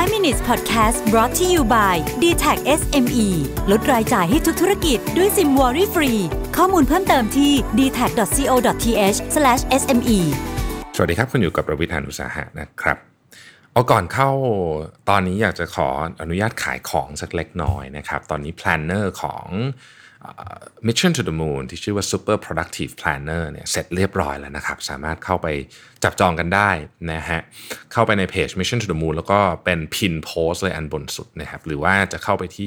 5 minutes podcast brought to you by DTAC SME ลดรายจ่ายให้ทุกธุรกิจด้วยซิมวอรี่ฟรีข้อมูลเพิ่มเติมที่ dtac.co.th/sme สวัสดีครับคุณอยู่กับประวิทย์ หาญอุตสาหะนะครับเอาก่อนเข้าตอนนี้อยากจะขออนุญาตขายของสักเล็กน้อยนะครับตอนนี้ planner ของ Mission to the Moon ที่ชื่อว่า Super Productive Planner เนี่ยเสร็จเรียบร้อยแล้วนะครับสามารถเข้าไปจับจองกันได้นะฮะเข้าไปในเพจ Mission to the Moon แล้วก็เป็นพินโพสต์เลยอันบนสุดนะครับหรือว่าจะเข้าไปที่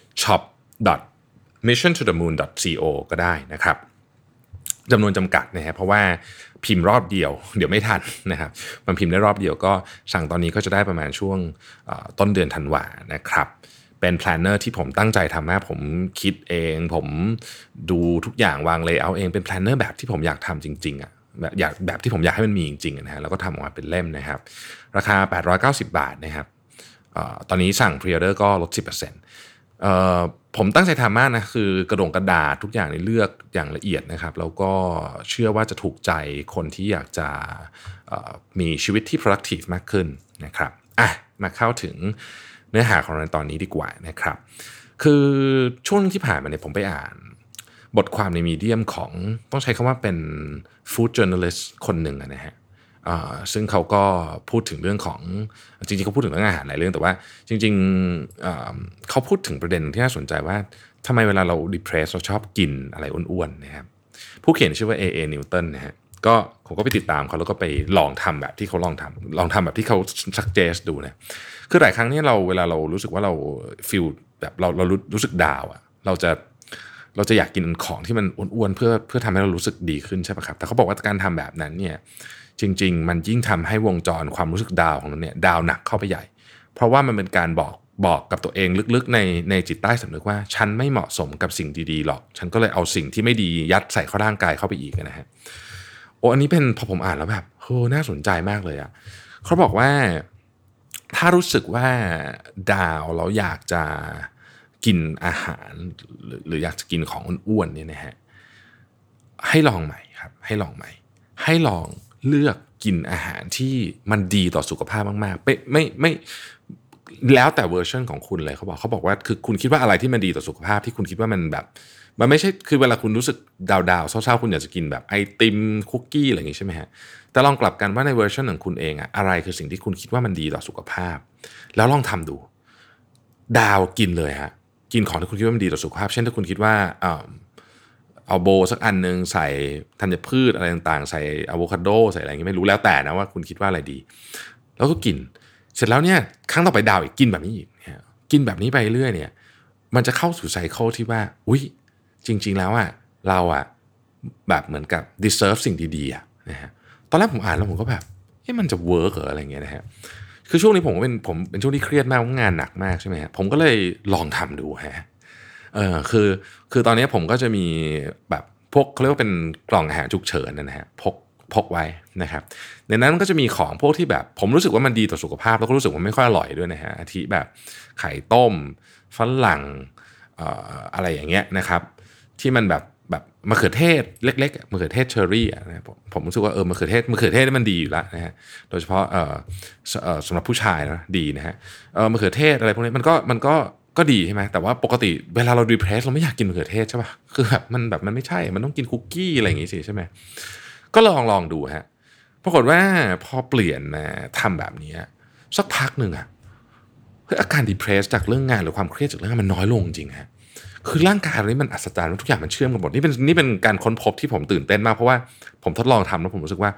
shop.missiontothemoon.co ก็ได้นะครับจำนวนจำกัดนะฮะเพราะว่าพิมพ์รอบเดียวเดี๋ยวไม่ทันนะครับมันพิมพ์ได้รอบเดียวก็สั่งตอนนี้ก็จะได้ประมาณช่วงต้นเดือนธันวานะครับเป็นแพลนเนอร์ที่ผมตั้งใจทำมากผมคิดเองผมดูทุกอย่างวางเลเยอร์เองเป็นแพลนเนอร์แบบที่ผมอยากทำจริงๆอ่ะแบบที่ผมอยากให้มันมีจริงๆนะฮะแล้วก็ทำออกมาเป็นเล่มนะครับราคา890 บาทนะครับตอนนี้สั่งพรีออเดอร์ก็ลด 10%ผมตั้งใจทำมากนะคือกระดาษทุกอย่างเลือกอย่างละเอียดนะครับแล้วก็เชื่อว่าจะถูกใจคนที่อยากจะมีชีวิตที่ productive มากขึ้นนะครับมาเข้าถึงเนื้อหาของเราในตอนนี้ดีกว่านะครับคือช่วงที่ผ่านมาเนี่ยผมไปอ่านบทความในมีเดียมของต้องใช้คำว่าเป็น food journalist คนหนึ่งนะฮะซึ่งเขาก็พูดถึงเรื่องของจริงๆเขาพูดถึงเรื่องอาหารหลายเรื่องแต่ว่าจริงๆเขาพูดถึงประเด็นที่น่าสนใจว่าทำไมเวลาเรา depress เราชอบกินอะไรอ้วนๆนะครับผู้เขียนชื่อว่า A.A. Newton นะฮะก็ผมก็ไปติดตามเขาแล้วก็ไปลองทำแบบที่เขาลองทำแบบที่เขา suggest ดูนะคือหลายครั้งเนี่ยเวลาเรารู้สึกว่าเรา feel แบบเรารู้สึกดาวอ่ะเราจะอยากกินของที่มันอ้วนๆเพื่อทำให้เรารู้สึกดีขึ้นใช่ป่ะครับแต่เขาบอกว่าการทำแบบนั้นเนี่ยจริงๆมันยิ่งทำให้วงจรความรู้สึกดาวของเราเนี่ยดาวหนักเข้าไปใหญ่เพราะว่ามันเป็นการบอกกับตัวเองลึกๆในจิตใต้สำนึกว่าฉันไม่เหมาะสมกับสิ่งดีๆหรอกฉันก็เลยเอาสิ่งที่ไม่ดียัดใส่เข้าร่างกายเข้าไปอีกนะฮะอันนี้เป็นพอผมอ่านแล้วแบบน่าสนใจมากเลยอ่ะเขาบอกว่าถ้ารู้สึกว่าดาวแล้วอยากจะกินอาหารหรืออยากจะกินของอ้วนๆเนี่ยนะฮะให้ลองใหม่ครับให้ลองเลือกกินอาหารที่มันดีต่อสุขภาพมากๆไม่แล้วแต่เวอร์ชันของคุณเลยเขาบอกว่าคือคุณคิดว่าอะไรที่มันดีต่อสุขภาพที่คุณคิดว่ามันแบบมันไม่ใช่คือเวลาคุณรู้สึกดาวๆเศร้าๆคุณอยากจะกินแบบไอติมคุกกี้อะไรอย่างงี้ใช่ไหมฮะแต่ลองกลับกันว่าในเวอร์ชันของคุณเองอะอะไรคือสิ่งที่คุณคิดว่ามันดีต่อสุขภาพแล้วลองทำดูดาวกินเลยฮะกินของที่คุณคิดว่ามันดีต่อสุขภาพเช่นถ้าคุณคิดว่าเอาโบสักอันนึงใส่ธัญพืชอะไรต่างๆใส่อะโวคาโดใส่อะไรอย่างงี้ไม่รู้แล้วแต่นะว่าคุณคิดว่าอะไรดีแล้วก็กินเสร็จแล้วเนี่ยครั้งต่อไปดาวอีกกินแบบนี้อีกกินแบบนี้ไปเรื่อยเนี่ยมันจะเข้าสู่ไซเคิลที่ว่าอุ๊ยจริงๆแล้วอ่ะเราอ่ะแบบเหมือนกับ deserve สิ่งดีๆอ่ะนะฮะตอนแรกผมอ่านแล้วผมก็แบบมันจะเวิร์กเหรออะไรเงี้ยนะฮะคือช่วงนี้ผมเป็นช่วงที่เครียดมากงานหนักมากใช่ไหมฮะผมก็เลยลองทำดูฮะคือตอนนี้ผมก็จะมีแบบพวกเขาเรียกว่าเป็นกล่องอาหารฉุกเฉินนะฮะพกไว้นะครับในนั้นมันก็จะมีของพวกที่แบบผมรู้สึกว่ามันดีต่อสุขภาพแล้วก็รู้สึกว่าไม่ค่อยอร่อยด้วยนะฮะอาทิแบบไข่ต้มฝรั่งอะไรอย่างเงี้ยนะครับที่มันแบบมะเขือเทศเล็กๆมะเขือเทศเชอร์รี่นะผมรู้สึกว่ามะเขือเทศนี่มันดีอยู่แล้วนะฮะโดยเฉพาะสำหรับผู้ชายนะดีนะฮะมะเขือเทศอะไรพวกนี้มันก็ดีใช่ไหมแต่ว่าปกติเวลาเราดีเพรสเราไม่อยากกินมะเขือเทศใช่ป่ะคือแบบมันไม่ใช่มันต้องกินคุกกี้อะไรอย่างงี้สิใช่ไหมก็ลองดูฮะปรากฏว่าพอเปลี่ยนมาทำแบบนี้สักพักหนึ่งอาการดีเพรสจากเรื่องงานหรือความเครียดจากเรื่องงานมันน้อยลงจริงฮะคือร่างกายเรานี่มันอัศจรรย์ทุกอย่างมันเชื่อมกันหมดนี่เป็นการค้นพบที่ผมตื่นเต้นมากเพราะว่าผมทดลองทำแล้วผมรู้สึกว่า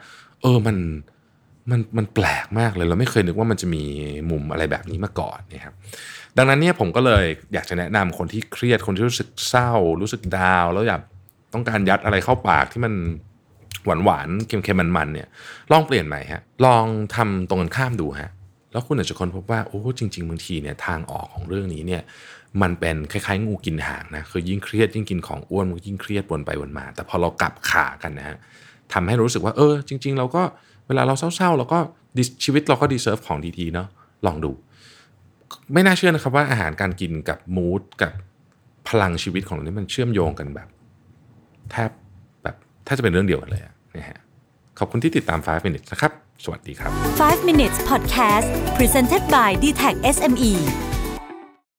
มันแปลกมากเลยเราไม่เคยนึกว่ามันจะมีมุมอะไรแบบนี้มาก่อนนะครับดังนั้นเนี่ยผมก็เลยอยากจะแนะนำคนที่เครียดคนที่รู้สึกเศร้ารู้สึกดาวแล้วอยากต้องการยัดอะไรเข้าปากที่มันหวานเค็มๆมันๆเนี่ยลองเปลี่ยนใหม่ฮะลองทำตรงกันข้ามดูฮะแล้วคุณอาจจะค้นพบว่าจริงๆบางทีเนี่ยทางออกของเรื่องนี้เนี่ยมันเป็นคล้ายๆงูกินหางนะคือยิ่งเครียดยิ่งกินของอ้วนมันยิ่งเครียดวนไปวนมาแต่พอเรากลับขากันนะฮะทำให้รู้สึกว่าจริงๆเราก็เวลาเราเศร้าๆเราก็ชีวิตเราก็ดีเซิร์ฟของดีๆเนาะลองดูไม่น่าเชื่อนะครับว่าอาหารการกินกับมูดกับพลังชีวิตของเรานี่มันเชื่อมโยงกันแบบแทบจะเป็นเรื่องเดียวกันเลยนะฮะขอบคุณที่ติดตาม5 minutesนะครับสวัสดีครับ 5 minutes podcast presented by DTAC SME